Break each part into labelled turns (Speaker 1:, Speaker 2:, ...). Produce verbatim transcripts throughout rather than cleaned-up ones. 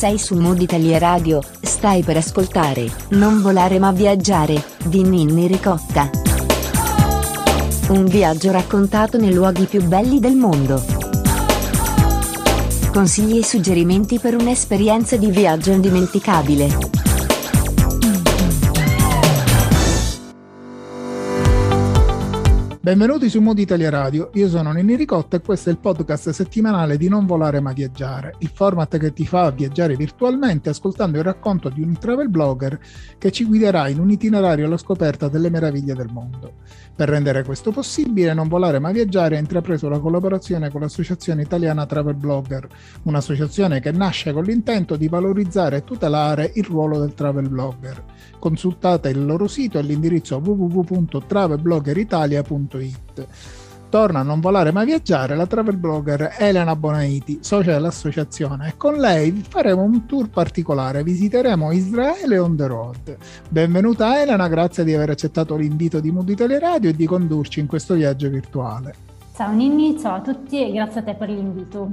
Speaker 1: Sei su Mood Italia Radio, stai per ascoltare Non volare ma viaggiare, di Ninni Ricotta. Un viaggio raccontato nei luoghi più belli del mondo. Consigli e suggerimenti per un'esperienza di viaggio indimenticabile.
Speaker 2: Benvenuti su Mood Italia Radio, io sono Ninni Ricotta e questo è il podcast settimanale di Non volare ma viaggiare, il format che ti fa viaggiare virtualmente ascoltando il racconto di un travel blogger che ci guiderà in un itinerario alla scoperta delle meraviglie del mondo. Per rendere questo possibile, Non volare ma viaggiare ha intrapreso la collaborazione con l'Associazione Italiana Travel Blogger, un'associazione che nasce con l'intento di valorizzare e tutelare il ruolo del travel blogger. Consultate il loro sito all'indirizzo w w w punto travel blogger italia punto it. Torna a Non volare ma viaggiare la travel blogger Elena Bonaiti, socia dell'associazione, e con lei faremo un tour particolare, visiteremo Israele on the road. Benvenuta Elena, grazie di aver accettato l'invito di Mood Italia Radio e di condurci in questo viaggio virtuale.
Speaker 3: Ciao Ninni, ciao a tutti e grazie a te per l'invito.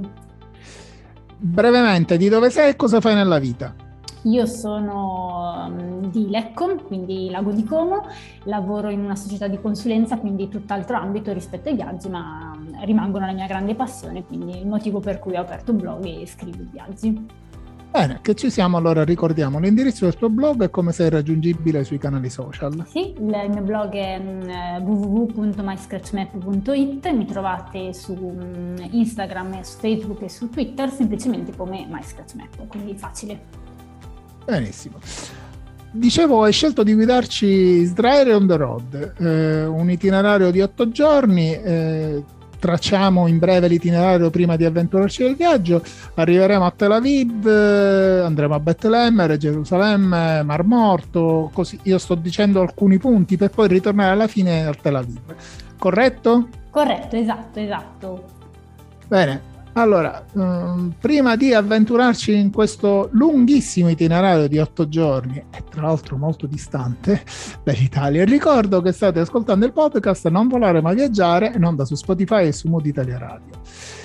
Speaker 2: Brevemente, di dove sei e cosa fai nella vita?
Speaker 3: Io sono di Lecco, quindi Lago di Como, lavoro in una società di consulenza, quindi tutt'altro ambito rispetto ai viaggi, ma rimangono la mia grande passione, quindi il motivo per cui ho aperto un blog e scrivo i viaggi.
Speaker 2: Bene, che ci siamo, allora ricordiamo l'indirizzo del tuo blog e come sei raggiungibile sui canali social.
Speaker 3: Sì, il mio blog è w w w punto my scratch map punto it, mi trovate su Instagram, su Facebook e su Twitter semplicemente come MyScratchMap, quindi facile.
Speaker 2: Benissimo. Dicevo, hai scelto di guidarci Israele on the road, eh, un itinerario di otto giorni. Eh, tracciamo in breve l'itinerario prima di avventurarci nel viaggio. Arriveremo a Tel Aviv, eh, andremo a Betlemme, Gerusalemme, Mar Morto, così io sto dicendo alcuni punti per poi ritornare alla fine a Tel Aviv. Corretto?
Speaker 3: Corretto, esatto, esatto.
Speaker 2: Bene. Allora, um, prima di avventurarci in questo lunghissimo itinerario di otto giorni, e tra l'altro molto distante dall'Italia, ricordo che state ascoltando il podcast Non volare ma viaggiare, in onda su Spotify e su Mood Italia Radio.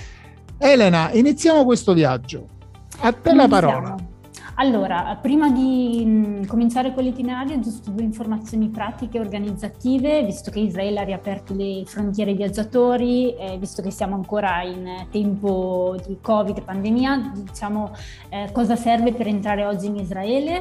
Speaker 2: Elena, iniziamo questo viaggio. A te la parola.
Speaker 3: Allora, prima di mh, cominciare con l'itinerario, giusto due informazioni pratiche e organizzative, visto che Israele ha riaperto le frontiere ai viaggiatori, eh, visto che siamo ancora in tempo di Covid e pandemia, diciamo eh, cosa serve per entrare oggi in Israele.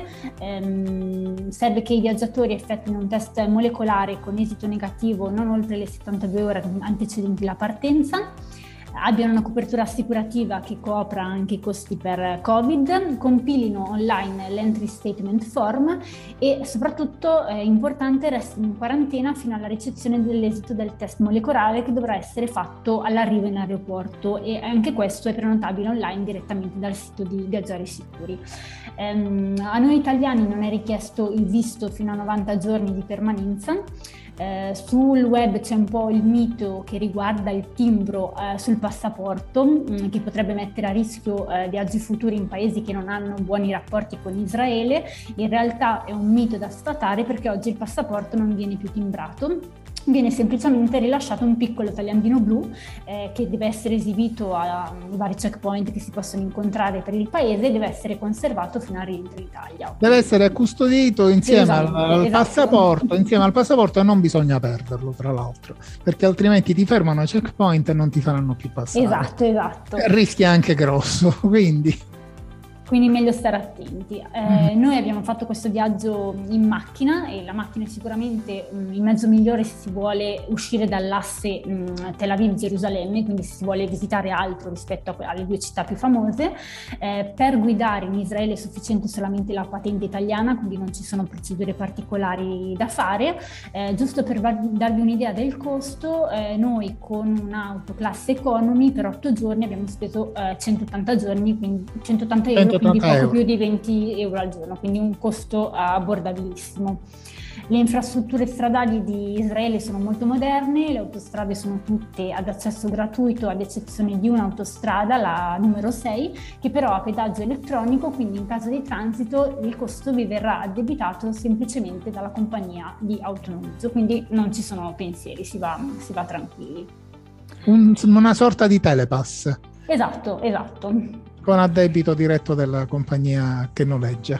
Speaker 3: Ehm, serve che i viaggiatori effettuino un test molecolare con esito negativo non oltre le settantadue ore antecedenti la partenza, abbiano una copertura assicurativa che copra anche i costi per Covid, compilino online l'entry statement form e soprattutto è importante restino in quarantena fino alla ricezione dell'esito del test molecolare che dovrà essere fatto all'arrivo in aeroporto, e anche questo è prenotabile online direttamente dal sito di Viaggiare Sicuri. Ehm, a noi italiani non è richiesto il visto fino a novanta giorni di permanenza. Eh, sul web c'è un po' il mito che riguarda il timbro eh, sul passaporto, mh, che potrebbe mettere a rischio eh, viaggi futuri in paesi che non hanno buoni rapporti con Israele. In realtà è un mito da sfatare, perché oggi il passaporto non viene più timbrato, viene semplicemente rilasciato un piccolo tagliandino blu eh, che deve essere esibito ai vari checkpoint che si possono incontrare per il paese e deve essere conservato fino al rientro in Italia.
Speaker 2: Deve essere custodito insieme esatto, al, al esatto. passaporto, insieme al passaporto, e non bisogna perderlo, tra l'altro, perché altrimenti ti fermano ai checkpoint e non ti faranno più passare.
Speaker 3: Esatto, esatto.
Speaker 2: Rischi anche grosso, quindi...
Speaker 3: Quindi meglio stare attenti. Eh, mm. Noi abbiamo fatto questo viaggio in macchina, e la macchina è sicuramente mh, il mezzo migliore se si vuole uscire dall'asse mh, Tel Aviv-Gerusalemme, quindi se si vuole visitare altro rispetto a, alle due città più famose. Eh, per guidare in Israele è sufficiente solamente la patente italiana, quindi non ci sono procedure particolari da fare. Eh, giusto per darvi un'idea del costo, eh, noi con un'auto classe economy per otto giorni abbiamo speso eh, centottanta giorni, quindi centottanta euro, quindi poco euro. più di venti euro al giorno, quindi un costo abbordabilissimo. Le infrastrutture stradali di Israele sono molto moderne, le autostrade sono tutte ad accesso gratuito ad eccezione di un'autostrada, la numero sei, che però ha pedaggio elettronico, quindi in caso di transito il costo vi verrà addebitato semplicemente dalla compagnia di autonoleggio, quindi non ci sono pensieri, si va, si va tranquilli.
Speaker 2: Un, una sorta di telepass.
Speaker 3: Esatto, esatto.
Speaker 2: con addebito diretto della compagnia che noleggia.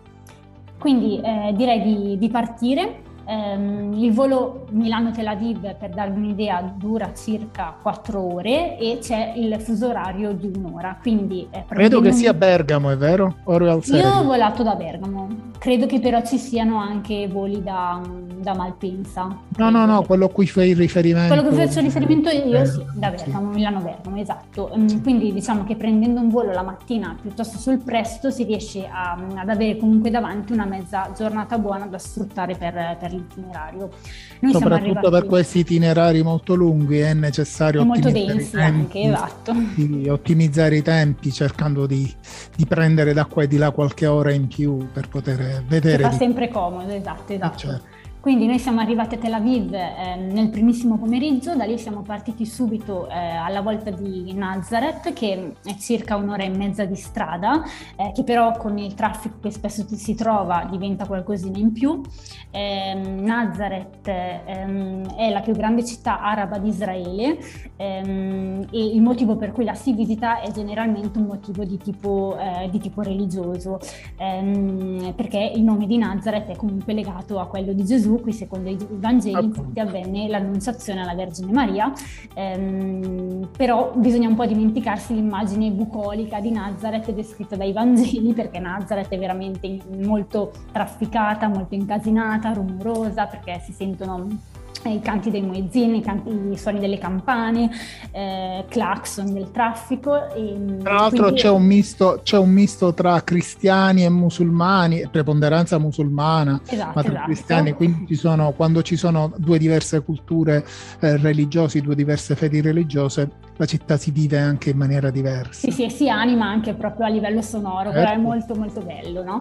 Speaker 3: Quindi eh, direi di, di partire. Um, il volo Milano-Tel Aviv, per darvi un'idea, dura circa quattro ore e c'è il fuso orario di un'ora. Quindi, eh,
Speaker 2: credo che sia Bergamo, è vero?
Speaker 3: Io ho volato da Bergamo, credo che però ci siano anche voli da, da Malpensa.
Speaker 2: No, no, no, quello a cui fai riferimento.
Speaker 3: Quello che faccio riferimento io, eh, sì, da Bergamo, sì. Milano-Bergamo, esatto. Um, quindi diciamo che prendendo un volo la mattina piuttosto sul presto si riesce a, ad avere comunque davanti una mezza giornata buona da sfruttare per, per l'itinerario. Noi
Speaker 2: Soprattutto
Speaker 3: arrivati...
Speaker 2: per questi itinerari molto lunghi è necessario
Speaker 3: è molto
Speaker 2: ottimizzare
Speaker 3: densi
Speaker 2: i tempi,
Speaker 3: anche, esatto.
Speaker 2: Di ottimizzare i tempi cercando di, di prendere da qua e di là qualche ora in più per poter vedere.
Speaker 3: Che fa
Speaker 2: di...
Speaker 3: sempre comodo, esatto, esatto.
Speaker 2: Certo.
Speaker 3: Quindi noi siamo arrivati a Tel Aviv eh, nel primissimo pomeriggio, da lì siamo partiti subito eh, alla volta di Nazareth, che è circa un'ora e mezza di strada, eh, che però con il traffico che spesso si trova diventa qualcosina in più. Eh, Nazareth ehm, è la più grande città araba di Israele ehm, e il motivo per cui la si visita è generalmente un motivo di tipo, eh, di tipo religioso, ehm, perché il nome di Nazareth è comunque legato a quello di Gesù. Qui secondo i Vangeli infatti avvenne l'annunciazione alla Vergine Maria, ehm, però bisogna un po' dimenticarsi l'immagine bucolica di Nazareth descritta dai Vangeli, perché Nazareth è veramente molto trafficata, molto incasinata, rumorosa, perché si sentono i canti dei muezzini, i, canti, i suoni delle campane, eh, clacson del traffico. E,
Speaker 2: tra l'altro
Speaker 3: quindi...
Speaker 2: c'è un misto, c'è un misto tra cristiani e musulmani, preponderanza musulmana,
Speaker 3: esatto,
Speaker 2: ma tra
Speaker 3: esatto.
Speaker 2: cristiani, quindi ci sono, quando ci sono due diverse culture eh, religiose, due diverse fedi religiose, la città si vive anche in maniera diversa.
Speaker 3: Sì, sì, e si anima anche proprio a livello sonoro,
Speaker 2: certo.
Speaker 3: Però è molto molto bello, no?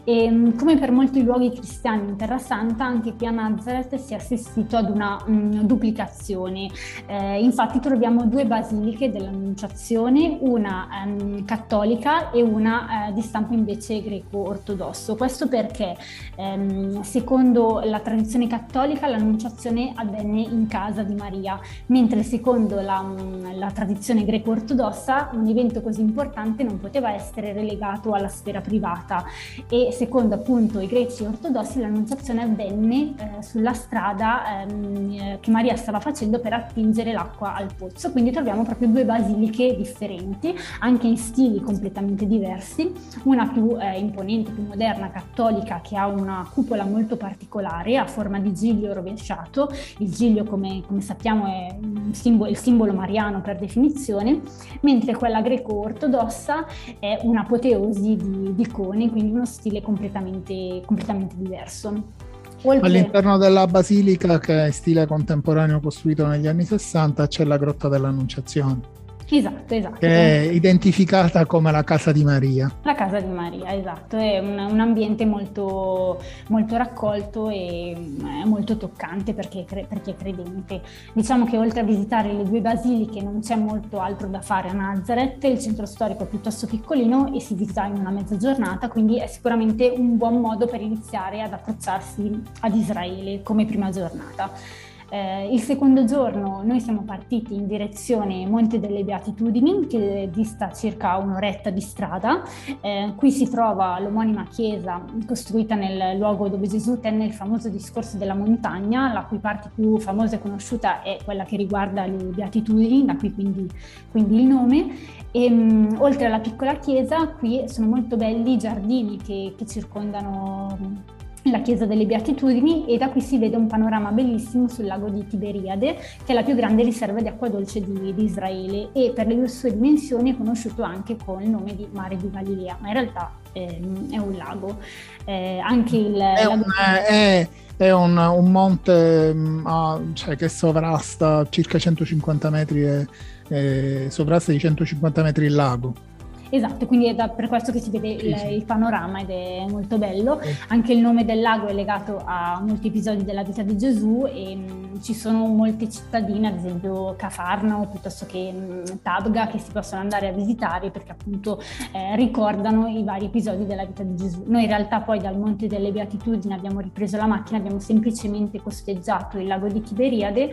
Speaker 3: E come per molti luoghi cristiani in Terra Santa, anche qui a Nazareth si è assistito ad una mh, duplicazione. Eh, infatti troviamo due basiliche dell'Annunciazione, una ehm, cattolica e una eh, di stampo invece greco-ortodosso. Questo perché ehm, secondo la tradizione cattolica l'Annunciazione avvenne in casa di Maria, mentre secondo la, la tradizione greco-ortodossa un evento così importante non poteva essere relegato alla sfera privata, e secondo appunto i greci ortodossi l'Annunciazione avvenne eh, sulla strada ehm, che Maria stava facendo per attingere l'acqua al pozzo. Quindi troviamo proprio due basiliche differenti, anche in stili completamente diversi, una più eh, imponente, più moderna, cattolica, che ha una cupola molto particolare a forma di giglio rovesciato. Il giglio, come, come sappiamo, è un simbolo, il simbolo mariano per definizione, mentre quella greco-ortodossa è un'apoteosi di, di coni, quindi uno stile completamente, completamente diverso. Oltre...
Speaker 2: All'interno della basilica, che è in stile contemporaneo costruito negli anni sessanta, c'è la Grotta dell'Annunciazione.
Speaker 3: Esatto, esatto.
Speaker 2: Che è identificata come la casa di Maria.
Speaker 3: La casa di Maria, esatto. È un, un ambiente molto, molto raccolto e è molto toccante perché, per chi è credente. Diciamo che oltre a visitare le due basiliche non c'è molto altro da fare a Nazareth, il centro storico è piuttosto piccolino e si visita in una mezza giornata, quindi è sicuramente un buon modo per iniziare ad approcciarsi ad Israele come prima giornata. Eh, il secondo giorno noi siamo partiti in direzione Monte delle Beatitudini, che dista circa un'oretta di strada. Eh, qui si trova l'omonima chiesa costruita nel luogo dove Gesù tenne il famoso discorso della montagna, la cui parte più famosa e conosciuta è quella che riguarda le Beatitudini, da qui quindi, quindi il nome. E, um, oltre alla piccola chiesa, qui sono molto belli i giardini che, che circondano la chiesa delle Beatitudini, e da qui si vede un panorama bellissimo sul lago di Tiberiade, che è la più grande riserva di acqua dolce di, di Israele, e per le sue dimensioni è conosciuto anche con il nome di Mare di Galilea, ma in realtà eh, è un lago. Eh, anche il,
Speaker 2: è, un, è, è un, un monte uh, cioè, che sovrasta circa centocinquanta metri e, e sovrasta di centocinquanta metri il lago.
Speaker 3: Esatto, quindi è da, per questo che si vede il, il panorama ed è molto bello. Anche il nome del lago è legato a molti episodi della vita di Gesù, e ehm, ci sono molte cittadine, ad esempio Cafarnao piuttosto che mh, Tabga, che si possono andare a visitare perché appunto eh, ricordano i vari episodi della vita di Gesù. Noi in realtà poi dal Monte delle Beatitudini abbiamo ripreso la macchina, abbiamo semplicemente costeggiato il lago di Tiberiade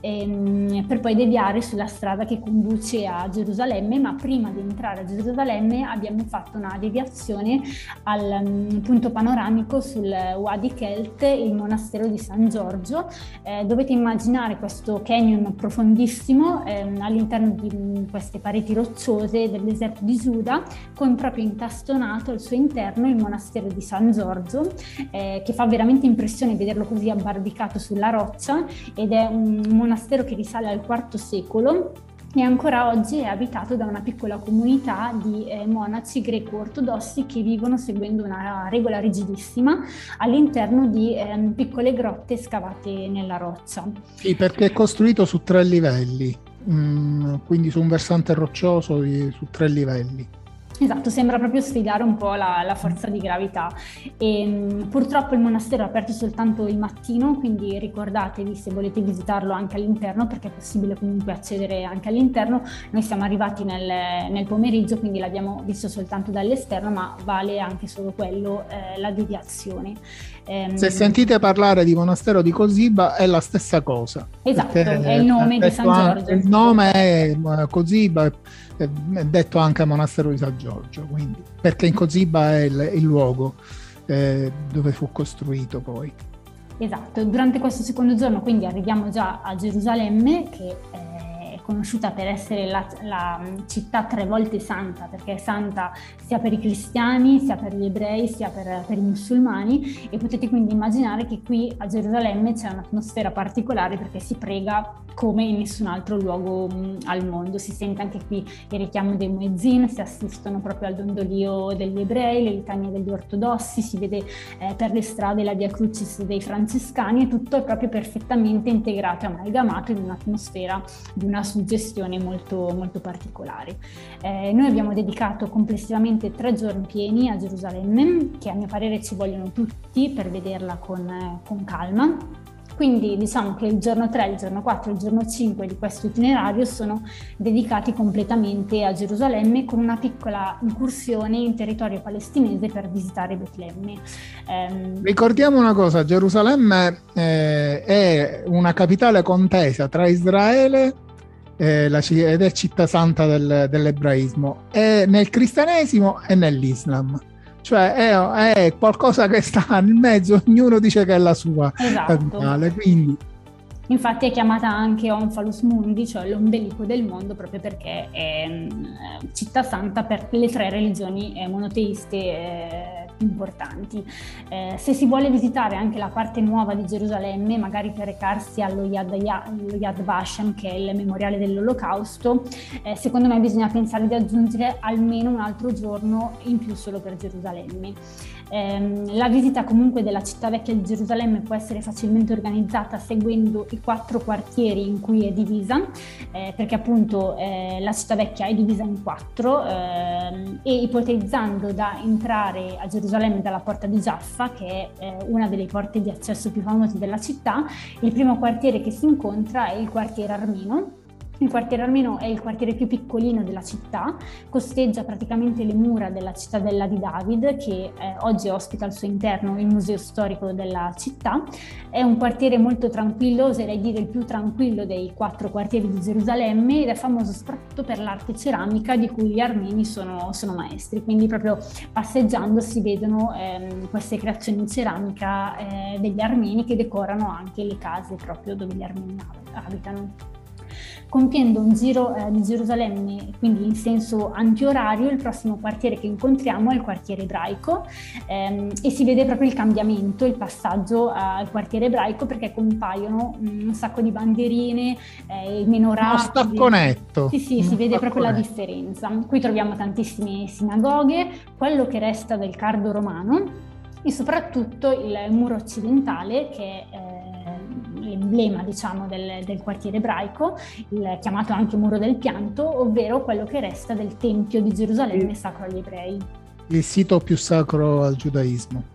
Speaker 3: ehm, per poi deviare sulla strada che conduce a Gerusalemme, ma prima di entrare a Gerusalemme abbiamo fatto una deviazione al um, punto panoramico sul Wadi Kelt, il monastero di San Giorgio. Eh, dovete immaginare questo canyon profondissimo ehm, all'interno di queste pareti rocciose del deserto di Giuda, con proprio incastonato al suo interno il monastero di San Giorgio, eh, che fa veramente impressione vederlo così abbarbicato sulla roccia, ed è un monastero che risale al quarto secolo e ancora oggi è abitato da una piccola comunità di eh, monaci greco-ortodossi che vivono seguendo una regola rigidissima all'interno di eh, piccole grotte scavate nella roccia.
Speaker 2: Sì, perché è costruito su tre livelli, mm, quindi su un versante roccioso di, su tre livelli.
Speaker 3: Esatto, sembra proprio sfidare un po' la, la forza di gravità. E, mh, purtroppo il monastero è aperto soltanto il mattino, quindi ricordatevi se volete visitarlo anche all'interno, perché è possibile comunque accedere anche all'interno. Noi siamo arrivati nel, nel pomeriggio, quindi l'abbiamo visto soltanto dall'esterno, ma vale anche solo quello, eh, la deviazione. Ehm,
Speaker 2: Se sentite parlare di monastero di Cosiba è la stessa cosa.
Speaker 3: Esatto, è il nome di San Giorgio.
Speaker 2: Il nome è Cosiba, è detto anche monastero di San Giorgio, quindi, perché in Cosiba è il, il luogo eh, dove fu costruito poi.
Speaker 3: Esatto, durante questo secondo giorno quindi arriviamo già a Gerusalemme, che è conosciuta per essere la, la città tre volte santa, perché è santa sia per i cristiani, sia per gli ebrei, sia per, per i musulmani, e potete quindi immaginare che qui a Gerusalemme c'è un'atmosfera particolare perché si prega come in nessun altro luogo mh, al mondo. Si sente anche qui il richiamo dei muezzin, si assistono proprio al dondolio degli ebrei, le litanie degli ortodossi, si vede eh, per le strade la Via Crucis dei francescani, e tutto è proprio perfettamente integrato e amalgamato in un'atmosfera di una suggestione molto, molto particolare. Eh, noi abbiamo dedicato complessivamente tre giorni pieni a Gerusalemme, che a mio parere ci vogliono tutti per vederla con, eh, con calma. Quindi diciamo che il giorno tre, il giorno quattro e il giorno cinque di questo itinerario sono dedicati completamente a Gerusalemme, con una piccola incursione in territorio palestinese per visitare Betlemme. Ehm...
Speaker 2: Ricordiamo una cosa, Gerusalemme eh, è una capitale contesa tra Israele eh, la, ed è città santa del, dell'ebraismo, e nel cristianesimo e nell'Islam. Cioè è, è qualcosa che sta nel mezzo, ognuno dice che è la sua capitale, esatto. Quindi
Speaker 3: infatti è chiamata anche Onfalus Mundi, cioè l'ombelico del mondo, proprio perché è mh, città santa per le tre religioni eh, monoteiste eh, importanti. Eh, se si vuole visitare anche la parte nuova di Gerusalemme, magari per recarsi allo Yad, allo Yad Vashem, che è il memoriale dell'Olocausto, eh, secondo me bisogna pensare di aggiungere almeno un altro giorno in più solo per Gerusalemme. Eh, la visita comunque della città vecchia di Gerusalemme può essere facilmente organizzata seguendo i quattro quartieri in cui è divisa, eh, perché appunto eh, la città vecchia è divisa in quattro, eh, e ipotizzando da entrare a Gerusalemme dalla porta di Giaffa, che è eh, una delle porte di accesso più famose della città, il primo quartiere che si incontra è il quartiere armeno. Il quartiere armeno è il quartiere più piccolino della città, costeggia praticamente le mura della cittadella di David, che eh, oggi ospita al suo interno il museo storico della città. È un quartiere molto tranquillo, oserei dire il più tranquillo dei quattro quartieri di Gerusalemme, ed è famoso soprattutto per l'arte ceramica di cui gli armeni sono, sono maestri. Quindi proprio passeggiando si vedono ehm, queste creazioni in ceramica eh, degli armeni, che decorano anche le case proprio dove gli armeni abitano. Compiendo un giro eh, di Gerusalemme, quindi in senso antiorario, il prossimo quartiere che incontriamo è il quartiere ebraico, ehm, e si vede proprio il cambiamento, il passaggio eh, al quartiere ebraico, perché compaiono mh, un sacco di bandierine, eh, i menorati.
Speaker 2: Uno stacconetto.
Speaker 3: Sì, sì,
Speaker 2: Uno
Speaker 3: si vede
Speaker 2: stacconetto.
Speaker 3: proprio la differenza. Qui troviamo tantissime sinagoghe, quello che resta del cardo romano, e soprattutto il muro occidentale, che è eh, l'emblema, diciamo, del, del quartiere ebraico, il, chiamato anche muro del pianto, ovvero quello che resta del tempio di Gerusalemme sacro agli ebrei.
Speaker 2: Il sito più sacro al giudaismo.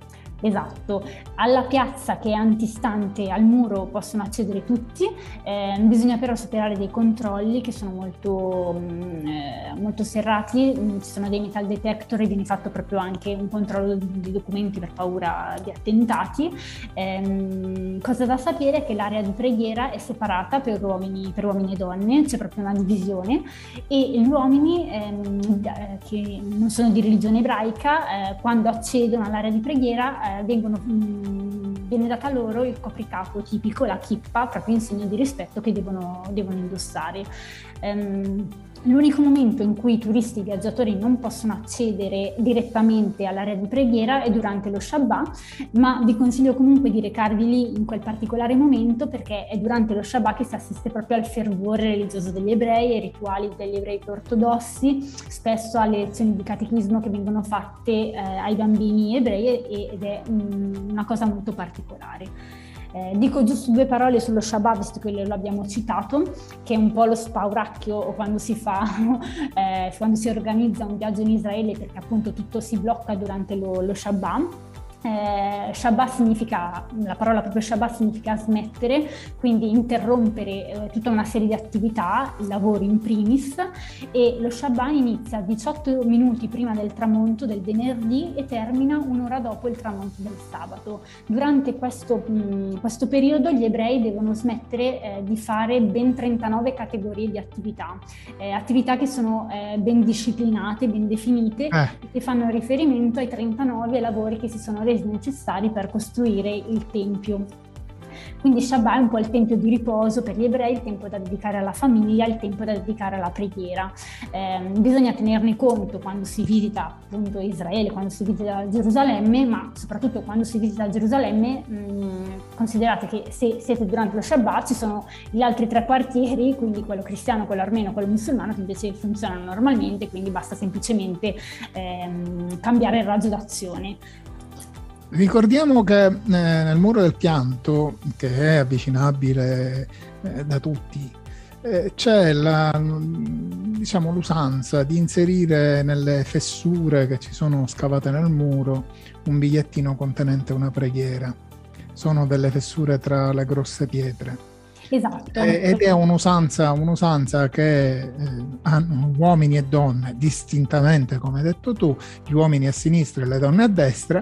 Speaker 3: Esatto, alla piazza che è antistante al muro possono accedere tutti, eh, bisogna però superare dei controlli che sono molto, mh, eh, molto serrati, ci sono dei metal detector e viene fatto proprio anche un controllo di documenti per paura di attentati. Eh, cosa da sapere è che l'area di preghiera è separata per uomini, per uomini e donne, c'è proprio una divisione, e gli uomini ehm, che non sono di religione ebraica, eh, quando accedono all'area di preghiera, eh, Vengono, mh, viene data loro il copricapo tipico, la kippa, proprio in segno di rispetto che devono, devono indossare. Um, l'unico momento in cui i turisti e i viaggiatori non possono accedere direttamente all'area di preghiera è durante lo Shabbat, ma vi consiglio comunque di recarvi lì in quel particolare momento, perché è durante lo Shabbat che si assiste proprio al fervore religioso degli ebrei, ai rituali degli ebrei più ortodossi, spesso alle lezioni di catechismo che vengono fatte eh, ai bambini ebrei, ed è mh, una cosa molto particolare. Eh, dico giusto due parole sullo Shabbat, visto che lo abbiamo citato, che è un po' lo spauracchio o quando si fa, eh, quando si organizza un viaggio in Israele, perché appunto tutto si blocca durante lo, lo Shabbat. Eh, Shabbat significa, la parola proprio Shabbat significa smettere, quindi interrompere eh, tutta una serie di attività, il lavoro in primis, e lo Shabbat inizia diciotto minuti prima del tramonto del venerdì e termina un'ora dopo il tramonto del sabato. Durante questo, mh, questo periodo gli ebrei devono smettere eh, di fare ben trentanove categorie di attività, eh, attività che sono eh, ben disciplinate, ben definite,
Speaker 2: eh.
Speaker 3: che fanno riferimento ai trentanove lavori che si sono resi necessari per costruire il tempio. Quindi Shabbat è un po' il tempo di riposo per gli ebrei, il tempo da dedicare alla famiglia, il tempo da dedicare alla preghiera. Eh, bisogna tenerne conto quando si visita appunto Israele, quando si visita Gerusalemme, ma soprattutto quando si visita Gerusalemme mh, considerate che se siete durante lo Shabbat ci sono gli altri tre quartieri, quindi quello cristiano, quello armeno, quello musulmano, che invece funzionano normalmente, quindi basta semplicemente ehm, cambiare il raggio d'azione.
Speaker 2: Ricordiamo che eh, nel Muro del Pianto, che è avvicinabile eh, da tutti, eh, c'è la, diciamo, l'usanza di inserire nelle fessure che ci sono scavate nel muro un bigliettino contenente una preghiera. Sono delle fessure tra le grosse pietre.
Speaker 3: Esatto.
Speaker 2: Eh, ed è un'usanza, un'usanza che eh, hanno uomini e donne distintamente, come hai detto tu, gli uomini a sinistra e le donne a destra,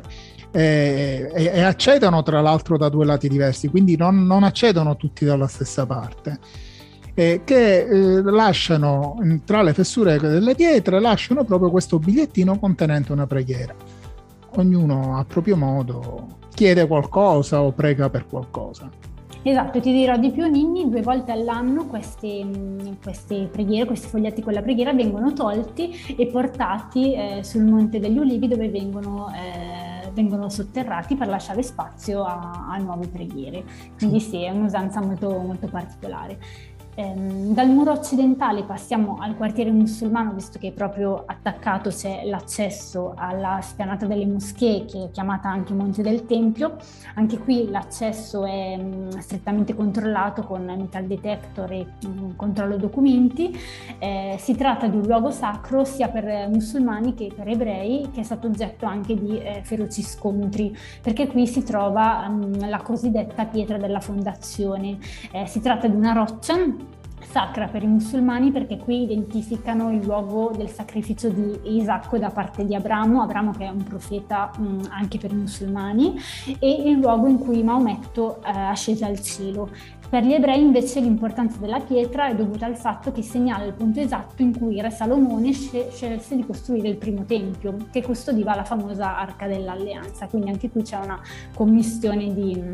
Speaker 2: E, e, e accedono tra l'altro da due lati diversi, quindi non, non accedono tutti dalla stessa parte, eh, che eh, lasciano tra le fessure delle pietre, lasciano proprio questo bigliettino contenente una preghiera. Ognuno a proprio modo chiede qualcosa o prega per qualcosa.
Speaker 3: Esatto, ti dirò di più, Ninni, due volte all'anno queste, queste preghiere, questi foglietti con la preghiera vengono tolti e portati eh, sul Monte degli Ulivi, dove vengono, eh, vengono sotterrati per lasciare spazio a, a nuove preghiere. Quindi sì, è un'usanza molto, molto particolare. Ehm, dal muro occidentale passiamo al quartiere musulmano, visto che proprio attaccato c'è l'accesso alla spianata delle moschee, che è chiamata anche Monte del Tempio. Anche qui l'accesso è mh, strettamente controllato con metal detector e mh, controllo documenti. Eh, si tratta di un luogo sacro sia per musulmani che per ebrei, che è stato oggetto anche di eh, feroci scontri, perché qui si trova mh, la cosiddetta pietra della fondazione. Eh, si tratta di una roccia sacra per i musulmani, perché qui identificano il luogo del sacrificio di Isacco da parte di Abramo, Abramo che è un profeta mh, anche per i musulmani, e il luogo in cui Maometto eh, ascese al cielo. Per gli ebrei invece l'importanza della pietra è dovuta al fatto che segnala il punto esatto in cui Re Salomone scelse di costruire il primo tempio, che custodiva la famosa Arca dell'Alleanza, quindi anche qui c'è una commistione di,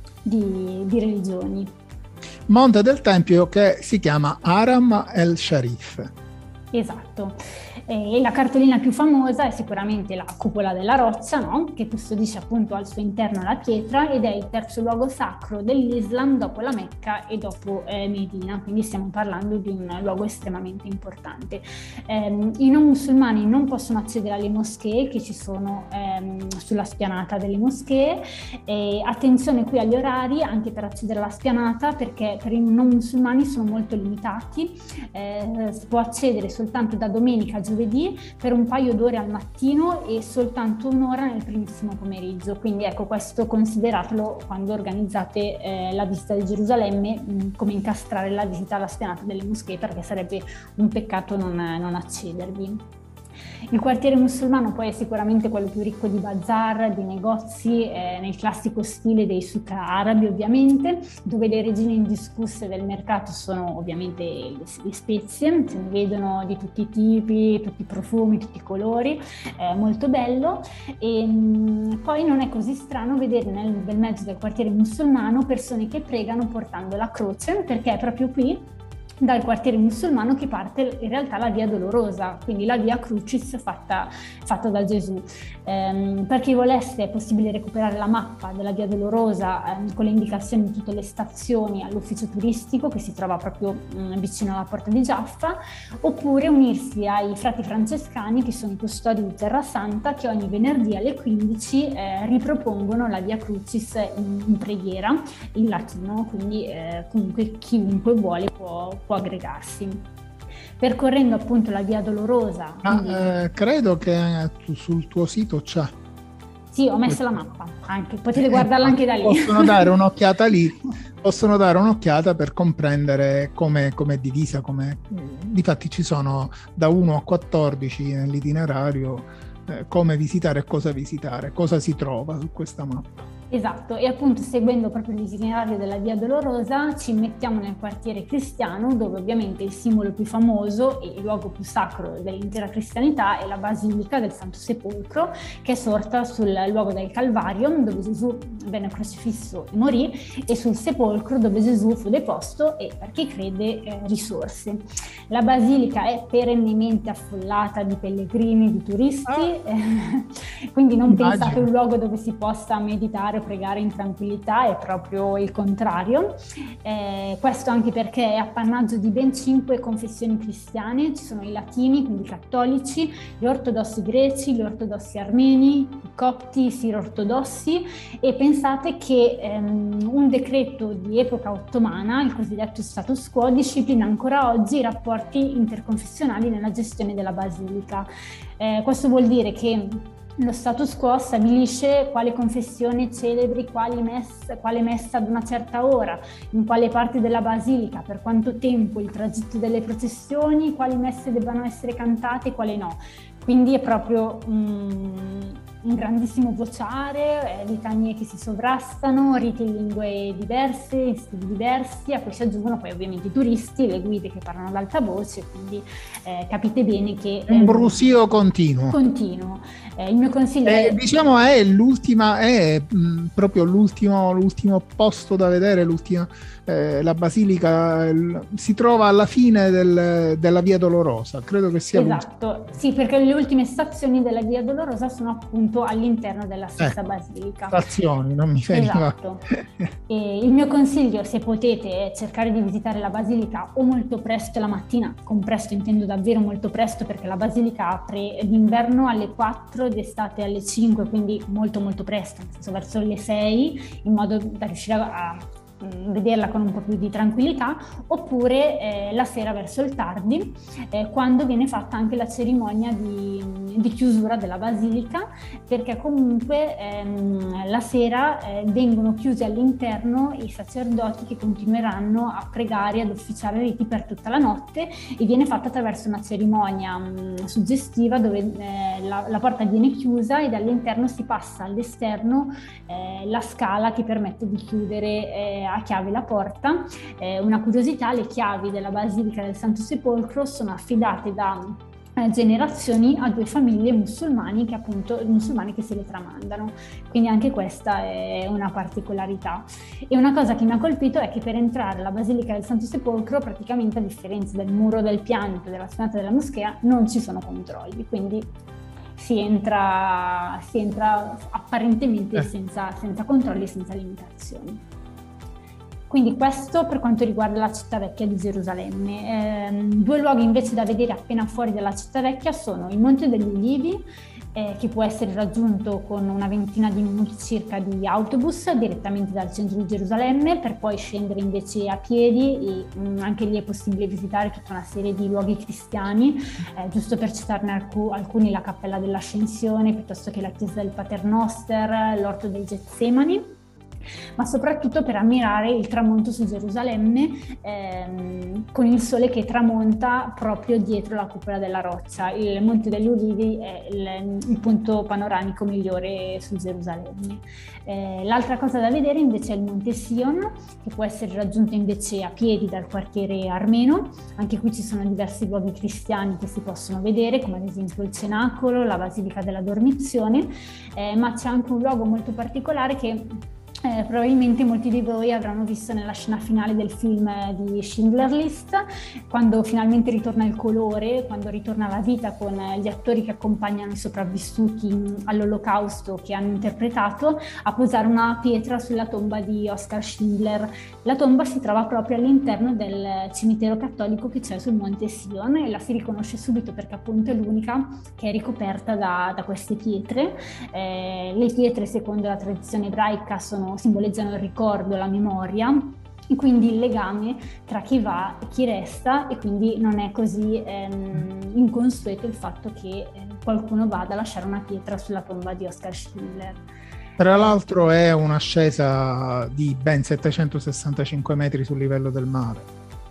Speaker 3: di, di religioni.
Speaker 2: Monte del Tempio che si chiama Aram el Sharif.
Speaker 3: Esatto. E la cartolina più famosa è sicuramente la cupola della roccia, no? Che custodisce appunto al suo interno la pietra, ed è il terzo luogo sacro dell'Islam dopo la Mecca e dopo eh, Medina, quindi stiamo parlando di un luogo estremamente importante. Eh, I non musulmani non possono accedere alle moschee che ci sono ehm, sulla spianata delle moschee, e attenzione qui agli orari anche per accedere alla spianata, perché per i non musulmani sono molto limitati. Eh, si può accedere soltanto da domenica a giovedì per un paio d'ore al mattino e soltanto un'ora nel primissimo pomeriggio. Quindi ecco, questo consideratelo quando organizzate eh, la visita di Gerusalemme, mh, come incastrare la visita alla Spianata delle Moschee, perché sarebbe un peccato non, non accedervi. Il quartiere musulmano poi è sicuramente quello più ricco di bazar, di negozi, eh, nel classico stile dei souk arabi ovviamente, dove le regine indiscusse del mercato sono ovviamente le, le spezie, se ne vedono di tutti i tipi, tutti i profumi, tutti i colori, eh, molto bello. E mh, poi non è così strano vedere nel bel mezzo del quartiere musulmano persone che pregano portando la croce, perché è proprio qui dal quartiere musulmano che parte in realtà la Via Dolorosa, quindi la Via Crucis fatta, fatta da Gesù. Ehm, per chi volesse è possibile recuperare la mappa della Via Dolorosa ehm, con le indicazioni di tutte le stazioni all'ufficio turistico che si trova proprio mh, vicino alla porta di Giaffa, oppure unirsi ai frati francescani che sono i custodi di Terra Santa, che ogni venerdì alle quindici eh, ripropongono la Via Crucis in, in preghiera in latino, quindi eh, comunque chiunque vuole può può aggregarsi. Percorrendo appunto la Via Dolorosa.
Speaker 2: Ah,
Speaker 3: quindi...
Speaker 2: eh, credo che tu, sul tuo sito c'è.
Speaker 3: Sì, ho messo la mappa anche, potete eh, guardarla anche da lì.
Speaker 2: Possono dare un'occhiata lì, possono dare un'occhiata per comprendere come è divisa, come difatti ci sono da uno a quattordici nell'itinerario, eh, come visitare e cosa visitare, cosa si trova su questa mappa.
Speaker 3: Esatto, e appunto seguendo proprio l'itinerario della Via Dolorosa ci mettiamo nel quartiere cristiano, dove ovviamente il simbolo più famoso e il luogo più sacro dell'intera cristianità è la Basilica del Santo Sepolcro, che è sorta sul luogo del Calvario, dove Gesù venne crocifisso e morì, e sul sepolcro dove Gesù fu deposto e, per chi crede, eh, risorse. La basilica è perennemente affollata di pellegrini, di turisti, ah. eh, quindi non Immagino. Pensate un luogo dove si possa meditare, pregare in tranquillità, è proprio il contrario. Eh, questo anche perché è appannaggio di ben cinque confessioni cristiane. Ci sono i latini, quindi i cattolici, gli ortodossi greci, gli ortodossi armeni, i copti, i siro-ortodossi, e pensate che ehm, un decreto di epoca ottomana, il cosiddetto status quo, disciplina ancora oggi i rapporti interconfessionali nella gestione della basilica. Eh, questo vuol dire che lo status quo stabilisce quale confessione celebri quali messa, quale messa ad una certa ora, in quale parte della basilica, per quanto tempo, il tragitto delle processioni, quali messe debbano essere cantate e quali no. Quindi è proprio um, un grandissimo vociare, eh, litanie che si sovrastano, riti in lingue diverse, in stili diversi, a cui si aggiungono poi ovviamente i turisti, le guide che parlano ad alta voce, quindi eh, capite bene che...
Speaker 2: Un brusio continuo.
Speaker 3: Continuo. Eh, il mio consiglio
Speaker 2: eh,
Speaker 3: è...
Speaker 2: Diciamo è l'ultima, è mh, proprio l'ultimo, l'ultimo posto da vedere, l'ultima... Eh, la basilica il, si trova alla fine del, della Via Dolorosa, credo che sia
Speaker 3: esatto, l'ultima. Sì, perché le ultime stazioni della Via Dolorosa sono appunto all'interno della stessa eh, basilica.
Speaker 2: Stazioni, non mi veniva.
Speaker 3: Esatto. E il mio consiglio, se potete, è cercare di visitare la basilica o molto presto la mattina, con presto intendo davvero molto presto, perché la basilica apre d'inverno alle quattro, d'estate alle cinque, quindi molto molto presto, nel senso verso le sei, in modo da riuscire a, a vederla con un po' più di tranquillità, oppure eh, la sera verso il tardi, eh, quando viene fatta anche la cerimonia di, di chiusura della basilica, perché comunque ehm, la sera eh, vengono chiusi all'interno i sacerdoti che continueranno a pregare, ad officiare riti per tutta la notte, e viene fatta attraverso una cerimonia mh, suggestiva dove eh, la, la porta viene chiusa e dall'interno si passa all'esterno eh, la scala che permette di chiudere eh, a chiave la porta. Eh, una curiosità: le chiavi della Basilica del Santo Sepolcro sono affidate da eh, generazioni a due famiglie musulmani che appunto musulmani che se le tramandano, quindi anche questa è una particolarità. E una cosa che mi ha colpito è che per entrare alla Basilica del Santo Sepolcro, praticamente a differenza del muro del pianto della spianata della moschea, non ci sono controlli, quindi si entra, si entra apparentemente eh. senza, senza controlli e senza limitazioni. Quindi questo per quanto riguarda la città vecchia di Gerusalemme. Eh, due luoghi invece da vedere appena fuori dalla città vecchia sono il Monte degli Ulivi, eh, che può essere raggiunto con una ventina di minuti circa di autobus direttamente dal centro di Gerusalemme, per poi scendere invece a piedi e mh, anche lì è possibile visitare tutta una serie di luoghi cristiani, eh, giusto per citarne alc- alcuni, la Cappella dell'Ascensione, piuttosto che la chiesa del Paternoster, l'Orto dei Getsemani, ma soprattutto per ammirare il tramonto su Gerusalemme, ehm, con il sole che tramonta proprio dietro la cupola della roccia. Il Monte degli Ulivi è il, il punto panoramico migliore su Gerusalemme. Eh, l'altra cosa da vedere invece è il Monte Sion, che può essere raggiunto invece a piedi dal quartiere armeno. Anche qui ci sono diversi luoghi cristiani che si possono vedere, come ad esempio il Cenacolo, la Basilica della Dormizione, eh, ma c'è anche un luogo molto particolare che Eh, probabilmente molti di voi avranno visto nella scena finale del film di Schindler's List, quando finalmente ritorna il colore, quando ritorna la vita con gli attori che accompagnano i sopravvissuti all'Olocausto che hanno interpretato, a posare una pietra sulla tomba di Oskar Schindler. La tomba si trova proprio all'interno del cimitero cattolico che c'è sul Monte Sion e la si riconosce subito perché appunto è l'unica che è ricoperta da, da queste pietre. Eh, le pietre, secondo la tradizione ebraica, sono simboleggiano il ricordo, la memoria e quindi il legame tra chi va e chi resta, e quindi non è così ehm, inconsueto il fatto che eh, qualcuno vada a lasciare una pietra sulla tomba di Oskar Schindler.
Speaker 2: Tra l'altro è un'ascesa di ben settecentosessantacinque metri sul livello del mare,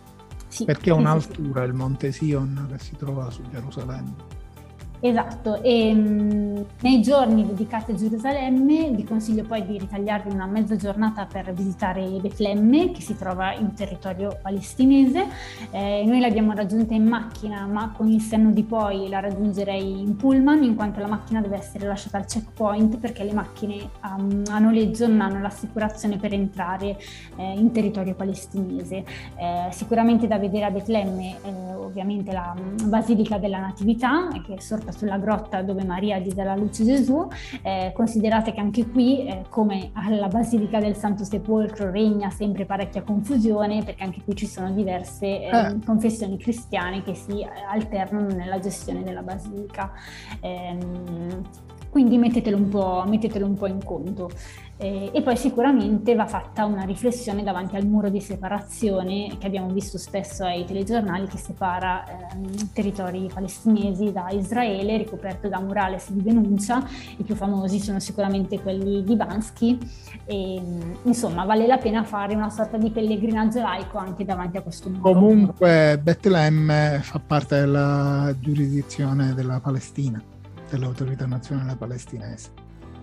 Speaker 3: sì,
Speaker 2: perché è
Speaker 3: sì,
Speaker 2: un'altura
Speaker 3: sì.
Speaker 2: Il Monte Sion che si trova su Gerusalemme.
Speaker 3: Esatto, e mh, nei giorni dedicati a Gerusalemme vi consiglio poi di ritagliarvi una mezza giornata per visitare Betlemme, che si trova in territorio palestinese. Eh, noi l'abbiamo raggiunta in macchina, ma con il senno di poi la raggiungerei in pullman, in quanto la macchina deve essere lasciata al checkpoint perché le macchine um, a noleggio non hanno l'assicurazione per entrare eh, in territorio palestinese. Eh, sicuramente da vedere a Betlemme, eh, ovviamente la um, Basilica della Natività, che è sorta sulla grotta dove Maria diede alla luce Gesù. Eh, considerate che anche qui, eh, come alla Basilica del Santo Sepolcro, regna sempre parecchia confusione, perché anche qui ci sono diverse eh, eh. confessioni cristiane che si alternano nella gestione della basilica. Eh, quindi mettetelo un po', mettetelo un po' in conto. Eh, e poi sicuramente va fatta una riflessione davanti al muro di separazione che abbiamo visto spesso ai telegiornali, che separa eh, territori palestinesi da Israele, ricoperto da murales di denuncia. I più famosi sono sicuramente quelli di Bansky e insomma vale la pena fare una sorta di pellegrinaggio laico anche davanti a questo muro.
Speaker 2: Comunque Betlemme fa parte della giurisdizione della Palestina, dell'autorità nazionale palestinese.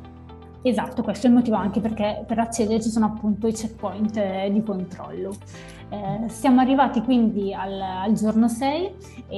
Speaker 3: Esatto, questo è il motivo anche perché per accedere ci sono appunto i checkpoint eh, di controllo. Eh, siamo arrivati quindi al, al giorno sei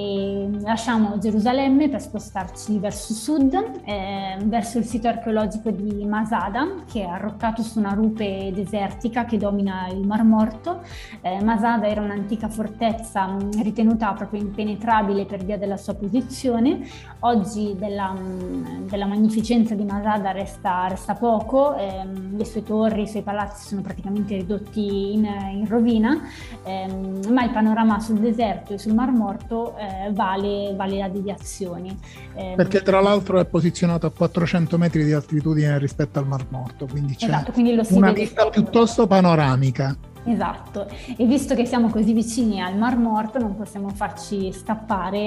Speaker 3: e lasciamo Gerusalemme per spostarci verso sud, eh, verso il sito archeologico di Masada, che è arroccato su una rupe desertica che domina il Mar Morto. Eh, Masada era un'antica fortezza mh, ritenuta proprio impenetrabile per via della sua posizione. Oggi della, mh, della magnificenza di Masada resta, resta poco, ehm, le sue torri, i suoi palazzi sono praticamente ridotti in, in rovina. Ehm, ma il panorama sul deserto e sul Mar Morto eh, vale, vale la deviazione. Ehm,
Speaker 2: Perché tra l'altro è posizionato a quattrocento metri di altitudine rispetto al Mar Morto, quindi c'è
Speaker 3: esatto, quindi lo si
Speaker 2: una
Speaker 3: vede
Speaker 2: vista
Speaker 3: proprio.
Speaker 2: piuttosto panoramica.
Speaker 3: Esatto, e visto che siamo così vicini al Mar Morto non possiamo farci scappare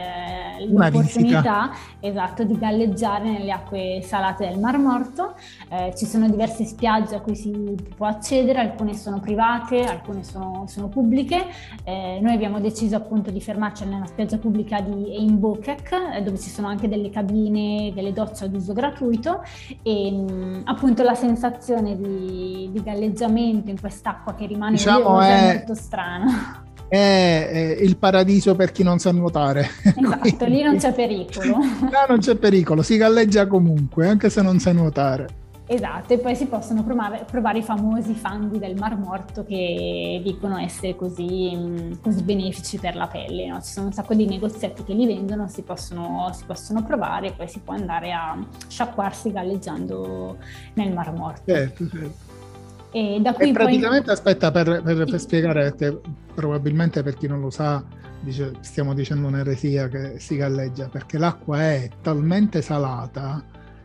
Speaker 3: eh, l'opportunità esatto, di galleggiare nelle acque salate del Mar Morto. Eh, ci sono diverse spiagge a cui si può accedere, alcune sono private, alcune sono, sono pubbliche. Eh, noi abbiamo deciso appunto di fermarci nella spiaggia pubblica di Ein Bokek, eh, dove ci sono anche delle cabine, delle docce ad uso gratuito e mh, appunto la sensazione di, di galleggiamento in quest'acqua che rimane
Speaker 2: diciamo
Speaker 3: è,
Speaker 2: è
Speaker 3: molto strana.
Speaker 2: È, è il paradiso per chi non sa nuotare.
Speaker 3: Esatto, lì non c'è pericolo.
Speaker 2: No, non c'è pericolo, si galleggia comunque, anche se non sai nuotare.
Speaker 3: Esatto, e poi si possono provare, provare i famosi funghi del Mar Morto che dicono essere così, così benefici per la pelle, no? Ci sono un sacco di negozietti che li vendono, si possono, si possono provare e poi si può andare a sciacquarsi galleggiando nel Mar Morto.
Speaker 2: Certo, certo.
Speaker 3: E da qui
Speaker 2: e praticamente,
Speaker 3: poi...
Speaker 2: aspetta, per, per, per spiegare, te, probabilmente per chi non lo sa, dice, stiamo dicendo un'eresia che si galleggia, perché l'acqua è talmente salata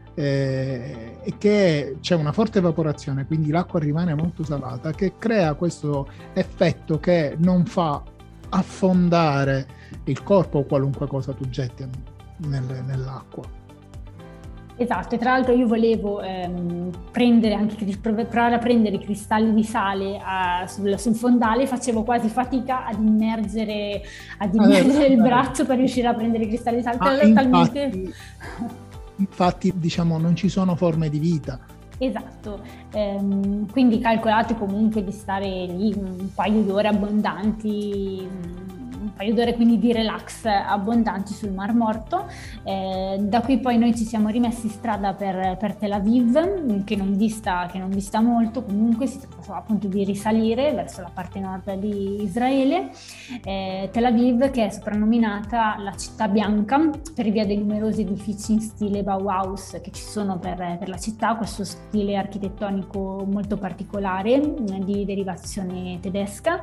Speaker 2: eh, e che c'è una forte evaporazione, quindi l'acqua rimane molto salata, che crea questo effetto che non fa affondare il corpo o qualunque cosa tu getti nel, nell'acqua.
Speaker 3: Esatto, e tra l'altro io volevo ehm, prendere anche, provare a prendere i cristalli di sale a, sul, sul fondale, facevo quasi fatica ad immergere, ad immergere il braccio per riuscire a prendere i cristalli di sale.
Speaker 2: Ah,
Speaker 3: infatti,
Speaker 2: talmente... infatti, diciamo, non ci sono forme di vita.
Speaker 3: Esatto, ehm, quindi calcolate comunque di stare lì un paio d'ore abbondanti, un paio d'ore quindi di relax abbondanti sul Mar Morto. Eh, da qui poi noi ci siamo rimessi in strada per, per Tel Aviv, che non dista, che non dista molto, comunque si trattava appunto di risalire verso la parte nord di Israele. Eh, Tel Aviv, che è soprannominata la città bianca per via dei numerosi edifici in stile Bauhaus che ci sono per, per la città, questo stile architettonico molto particolare di derivazione tedesca.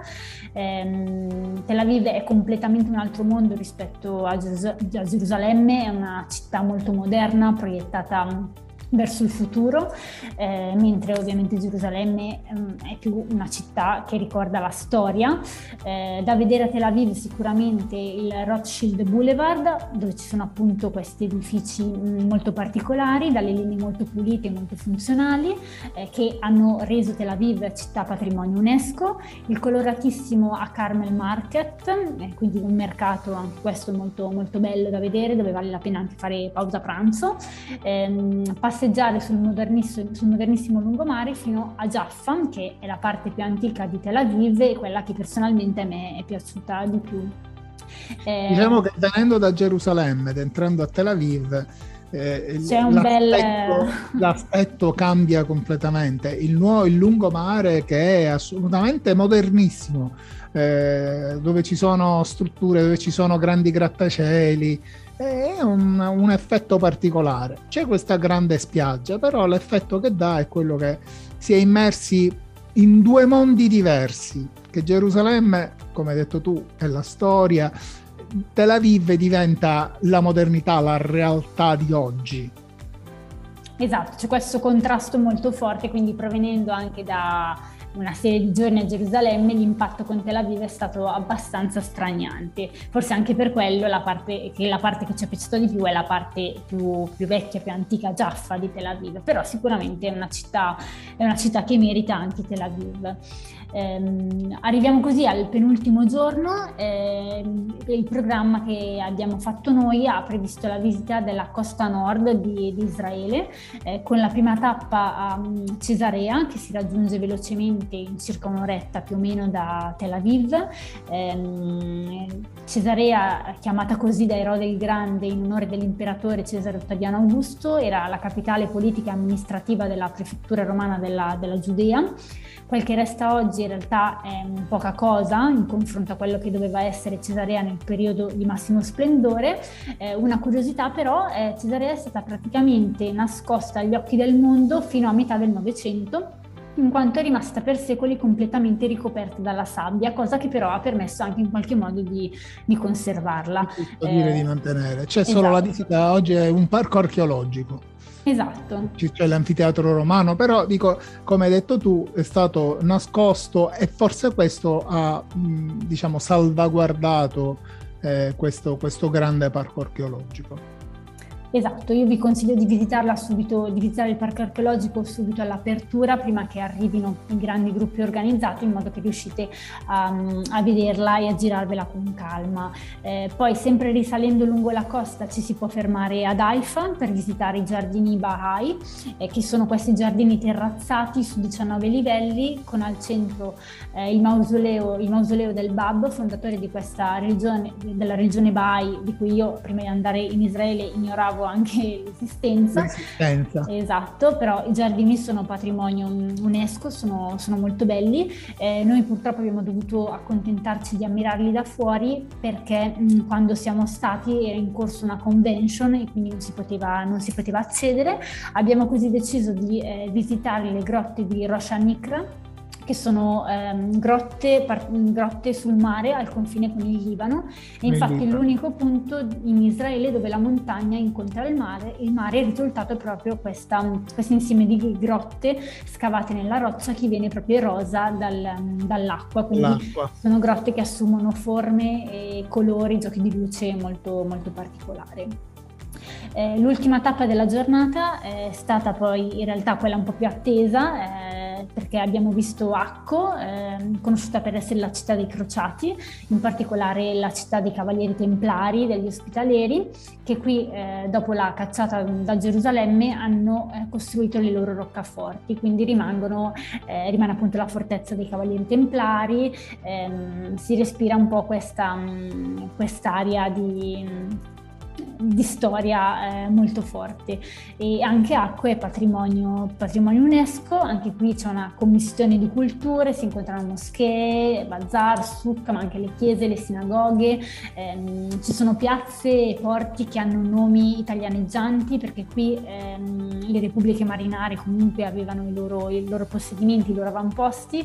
Speaker 3: Eh, Tel Aviv è completamente un altro mondo rispetto a, Geru- a Gerusalemme, è una città molto moderna, proiettata verso il futuro, eh, mentre ovviamente Gerusalemme um, è più una città che ricorda la storia. Eh, da vedere a Tel Aviv sicuramente il Rothschild Boulevard, dove ci sono appunto questi edifici mh, molto particolari, dalle linee molto pulite e molto funzionali, eh, che hanno reso Tel Aviv città patrimonio UNESCO, il coloratissimo a Carmel Market, eh, quindi un mercato anche questo molto, molto bello da vedere, dove vale la pena anche fare pausa pranzo, eh, passeggiare sul modernissimo, sul modernissimo lungomare fino a Jaffa, che è la parte più antica di Tel Aviv e quella che personalmente a me è piaciuta di più.
Speaker 2: Eh, diciamo che venendo da Gerusalemme ed entrando a Tel Aviv, eh,
Speaker 3: c'è un
Speaker 2: l'aspetto,
Speaker 3: bel...
Speaker 2: l'aspetto cambia completamente. Il, nuovo, il lungomare, che è assolutamente modernissimo, eh, dove ci sono strutture, dove ci sono grandi grattacieli, è un, un effetto particolare. C'è questa grande spiaggia, però l'effetto che dà è quello che si è immersi in due mondi diversi, che Gerusalemme, come hai detto tu, è la storia, Tel Aviv diventa la modernità, la realtà di oggi.
Speaker 3: Esatto, c'è questo contrasto molto forte, quindi provenendo anche da una serie di giorni a Gerusalemme, l'impatto con Tel Aviv è stato abbastanza straniante. Forse anche per quello la parte che, la parte che ci è piaciuta di più è la parte più, più vecchia, più antica, Jaffa di Tel Aviv, però sicuramente è una città, è una città che merita anche Tel Aviv. Eh, arriviamo così al penultimo giorno. Eh, il programma che abbiamo fatto noi ha previsto la visita della costa nord di, di Israele, eh, con la prima tappa a Cesarea, che si raggiunge velocemente in circa un'oretta più o meno da Tel Aviv. Eh, Cesarea, chiamata così da Erode il Grande in onore dell'imperatore Cesare Ottaviano Augusto, era la capitale politica e amministrativa della prefettura romana della, della Giudea. Quel che resta oggi in realtà è poca cosa in confronto a quello che doveva essere Cesarea nel periodo di massimo splendore. Eh, una curiosità però, eh, Cesarea è stata praticamente nascosta agli occhi del mondo fino a metà del Novecento, in quanto è rimasta per secoli completamente ricoperta dalla sabbia, cosa che però ha permesso anche in qualche modo di, di conservarla.
Speaker 2: Eh, dire di mantenere. C'è esatto. Solo la visita, oggi è un parco archeologico.
Speaker 3: Esatto.
Speaker 2: C'è l'anfiteatro romano, però dico, come hai detto tu, è stato nascosto e forse questo ha, diciamo, salvaguardato eh, questo, questo grande parco archeologico.
Speaker 3: Esatto, io vi consiglio di visitarla subito, di visitare il parco archeologico subito all'apertura, prima che arrivino i grandi gruppi organizzati, in modo che riuscite a, a vederla e a girarvela con calma. Eh, poi, sempre risalendo lungo la costa, ci si può fermare ad Haifa per visitare i giardini Bahai, eh, che sono questi giardini terrazzati su diciannove livelli, con al centro eh, il mausoleo, il mausoleo del Bab, fondatore di questa regione, della regione Bahai, di cui io prima di andare in Israele ignoravo ignoravo anche l'esistenza.
Speaker 2: L'esistenza.
Speaker 3: Esatto, però i giardini sono patrimonio UNESCO, sono, sono molto belli. Eh, noi purtroppo abbiamo dovuto accontentarci di ammirarli da fuori perché mh, quando siamo stati era in corso una convention e quindi non si poteva, non si poteva accedere. Abbiamo così deciso di eh, visitare le grotte di Rosh Hanikra, che sono ehm, grotte, par- grotte sul mare al confine con il Libano, e infatti è l'unico punto in Israele dove la montagna incontra il mare. Il mare è risultato proprio questo insieme di grotte scavate nella roccia che viene proprio erosa dal, dall'acqua, quindi L'acqua. Sono grotte che assumono forme e colori, giochi di luce molto, molto particolari. Eh, l'ultima tappa della giornata è stata poi in realtà quella un po' più attesa, eh, perché abbiamo visto Acco, eh, conosciuta per essere la città dei crociati, in particolare la città dei cavalieri templari, degli ospitaleri, che qui eh, dopo la cacciata da Gerusalemme hanno eh, costruito le loro roccaforti, quindi rimangono, eh, rimane appunto la fortezza dei cavalieri templari, ehm, si respira un po' questa, mh, quest'aria di... di storia eh, molto forte. E anche Acco è patrimonio, patrimonio UNESCO. Anche qui c'è una commistione di culture, si incontrano moschee, bazar, souk, ma anche le chiese, le sinagoghe, ehm, ci sono piazze e porti che hanno nomi italianeggianti, perché qui ehm, le repubbliche marinare comunque avevano i loro, i loro possedimenti, i loro avamposti,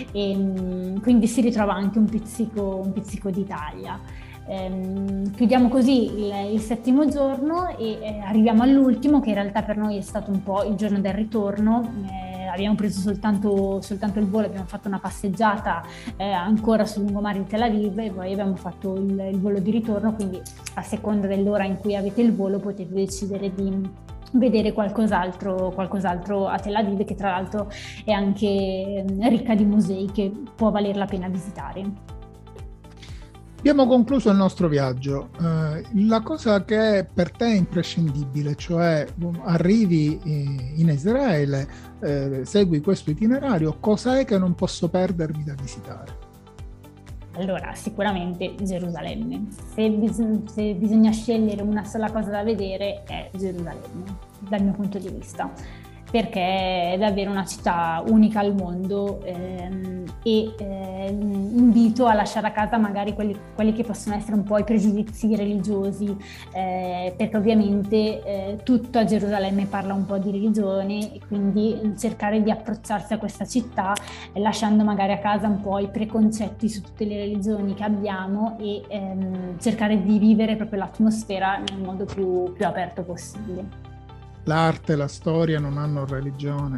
Speaker 3: e quindi si ritrova anche un pizzico, un pizzico d'Italia. Eh, chiudiamo così il, il settimo giorno e eh, arriviamo all'ultimo, che in realtà per noi è stato un po' il giorno del ritorno. Eh, abbiamo preso soltanto, soltanto il volo, abbiamo fatto una passeggiata eh, ancora sul lungomare di Tel Aviv e poi abbiamo fatto il, il volo di ritorno, quindi a seconda dell'ora in cui avete il volo potete decidere di vedere qualcos'altro, qualcos'altro a Tel Aviv, che tra l'altro è anche ricca di musei che può valer la pena visitare.
Speaker 2: Abbiamo concluso il nostro viaggio. Eh, la cosa che per te è imprescindibile, cioè arrivi in Israele, eh, segui questo itinerario, cos'è che non posso perdermi da visitare?
Speaker 3: Allora, sicuramente Gerusalemme. Se, bis- se bisogna scegliere una sola cosa da vedere è Gerusalemme, dal mio punto di vista, perché è davvero una città unica al mondo, ehm, e ehm, invito a lasciare a casa magari quelli, quelli che possono essere un po' i pregiudizi religiosi, eh, perché ovviamente eh, tutto a Gerusalemme parla un po' di religione, e quindi cercare di approcciarsi a questa città eh, lasciando magari a casa un po' i preconcetti su tutte le religioni che abbiamo e ehm, cercare di vivere proprio l'atmosfera nel modo più, più aperto possibile.
Speaker 2: L'arte e la storia non hanno religione.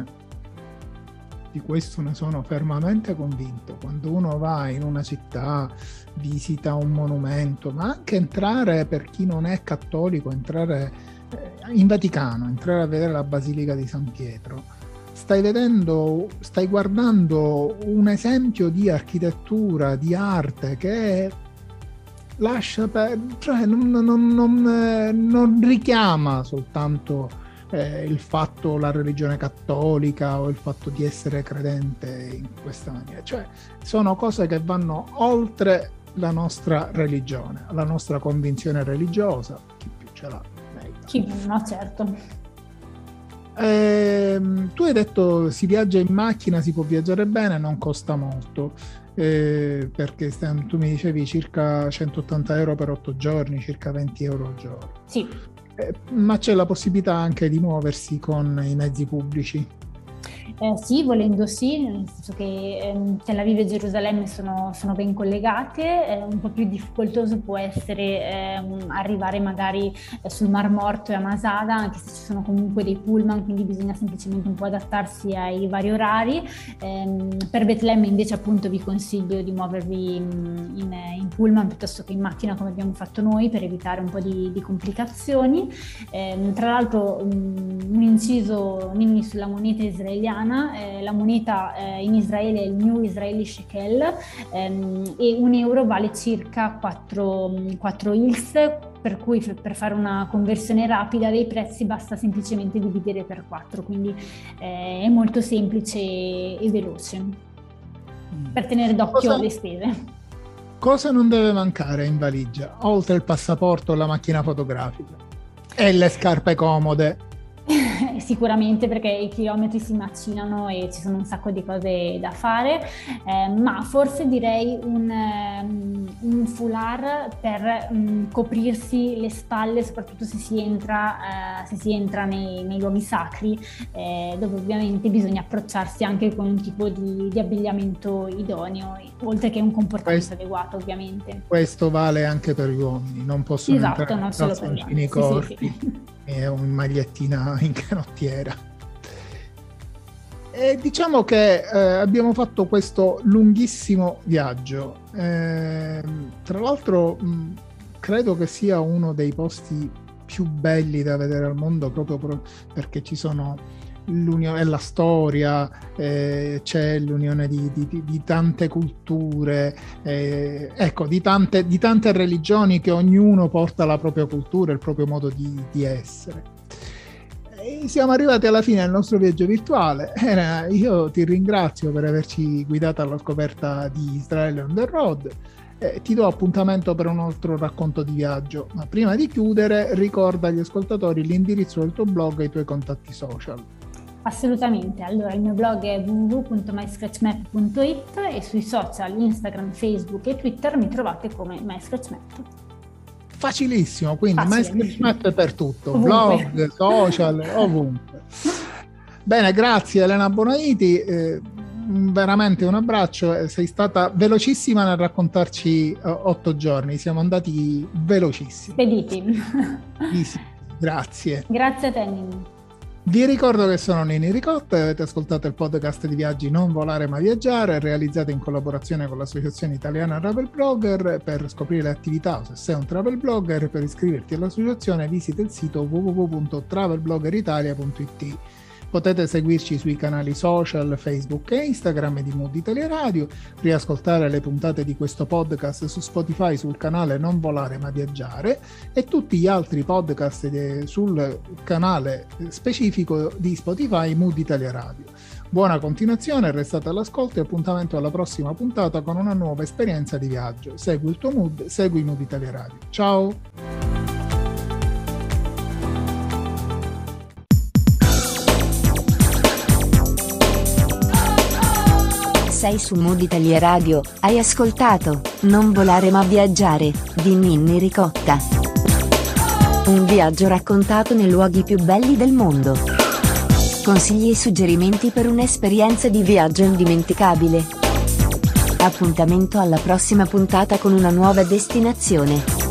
Speaker 2: Di questo ne sono fermamente convinto. Quando uno va in una città, visita un monumento, ma anche entrare, per chi non è cattolico, entrare in Vaticano, entrare a vedere la Basilica di San Pietro, stai vedendo, stai guardando un esempio di architettura, di arte che lascia per, cioè non, non, non, non richiama soltanto Eh, il fatto, la religione cattolica o il fatto di essere credente in questa maniera, cioè sono cose che vanno oltre la nostra religione, la nostra convinzione religiosa, chi più ce l'ha meglio.
Speaker 3: Chi no, certo.
Speaker 2: Eh, tu hai detto si viaggia in macchina, si può viaggiare bene, non costa molto, eh, perché tu mi dicevi circa centottanta euro per otto giorni, circa venti euro al giorno.
Speaker 3: Sì.
Speaker 2: Eh, ma c'è la possibilità anche di muoversi con i mezzi pubblici?
Speaker 3: Eh, sì, volendo sì, nel senso che ehm, Tel Aviv e Gerusalemme sono, sono ben collegate. Eh, un po' più difficoltoso può essere ehm, arrivare magari eh, sul Mar Morto e a Masada, anche se ci sono comunque dei pullman, quindi bisogna semplicemente un po' adattarsi ai vari orari. Ehm, per Betlemme invece appunto vi consiglio di muovervi in, in, in pullman piuttosto che in macchina come abbiamo fatto noi, per evitare un po' di, di complicazioni. Ehm, tra l'altro um, un inciso Nini sulla moneta israeliana. Eh, la moneta eh, in Israele è il New Israeli Shekel, ehm, e un euro vale circa quattro, quattro hills, per cui per fare una conversione rapida dei prezzi basta semplicemente dividere per quattro, quindi eh, è molto semplice e veloce per tenere d'occhio
Speaker 2: cosa,
Speaker 3: le spese.
Speaker 2: Cosa non deve mancare in valigia, oltre il passaporto o la macchina fotografica? E le scarpe comode.
Speaker 3: Sicuramente, perché i chilometri si macinano e ci sono un sacco di cose da fare, eh, ma forse direi un, um, un foulard per um, coprirsi le spalle, soprattutto se si entra, uh, se si entra nei, nei luoghi sacri, eh, dove ovviamente bisogna approcciarsi anche con un tipo di, di abbigliamento idoneo, oltre che un comportamento questo, adeguato ovviamente.
Speaker 2: Questo vale anche per gli uomini, non possono
Speaker 3: esatto,
Speaker 2: entrare
Speaker 3: non solo per gli uomini.
Speaker 2: corti.
Speaker 3: Sì, sì, sì.
Speaker 2: E un magliettina in canottiera. E diciamo che eh, abbiamo fatto questo lunghissimo viaggio. Eh, tra l'altro mh, credo che sia uno dei posti più belli da vedere al mondo, proprio pro- perché ci sono l'unione, la storia, eh, c'è l'unione di, di, di tante culture, eh, ecco, di tante, di tante religioni, che ognuno porta la propria cultura, il proprio modo di, di essere. E siamo arrivati alla fine del nostro viaggio virtuale. Eh, io ti ringrazio per averci guidato alla scoperta di Israele on the road. Eh, ti do appuntamento per un altro racconto di viaggio, ma prima di chiudere ricorda agli ascoltatori l'indirizzo del tuo blog e i tuoi contatti social.
Speaker 3: Assolutamente, allora il mio blog è w w w punto my scratch map punto i t e sui social Instagram, Facebook e Twitter mi trovate come MyScratchMap.
Speaker 2: Facilissimo, quindi MyScratchMap per tutto,
Speaker 3: ovunque.
Speaker 2: Blog, social, ovunque. Bene, grazie Elena Bonaiti, eh, veramente un abbraccio, sei stata velocissima nel raccontarci uh, otto giorni, siamo andati velocissimi.
Speaker 3: Spediti.
Speaker 2: Sì, grazie.
Speaker 3: Grazie a te, Nini.
Speaker 2: Vi ricordo che sono Nini Ricotta e avete ascoltato il podcast di viaggi Non volare ma viaggiare, realizzato in collaborazione con l'Associazione Italiana Travel Blogger. Per scoprire le attività o se sei un travel blogger, per iscriverti all'associazione visita il sito w w w punto travel blogger italia punto i t. Potete seguirci sui canali social Facebook e Instagram di Mood Italia Radio, riascoltare le puntate di questo podcast su Spotify sul canale Non volare ma viaggiare e tutti gli altri podcast sul canale specifico di Spotify Mood Italia Radio. Buona continuazione, restate all'ascolto e appuntamento alla prossima puntata con una nuova esperienza di viaggio. Segui il tuo mood, segui Mood Italia Radio. Ciao!
Speaker 1: Sei su Mood Italia Radio, hai ascoltato Non volare ma viaggiare di Ninni Ricotta. Un viaggio raccontato nei luoghi più belli del mondo. Consigli e suggerimenti per un'esperienza di viaggio indimenticabile. Appuntamento alla prossima puntata con una nuova destinazione.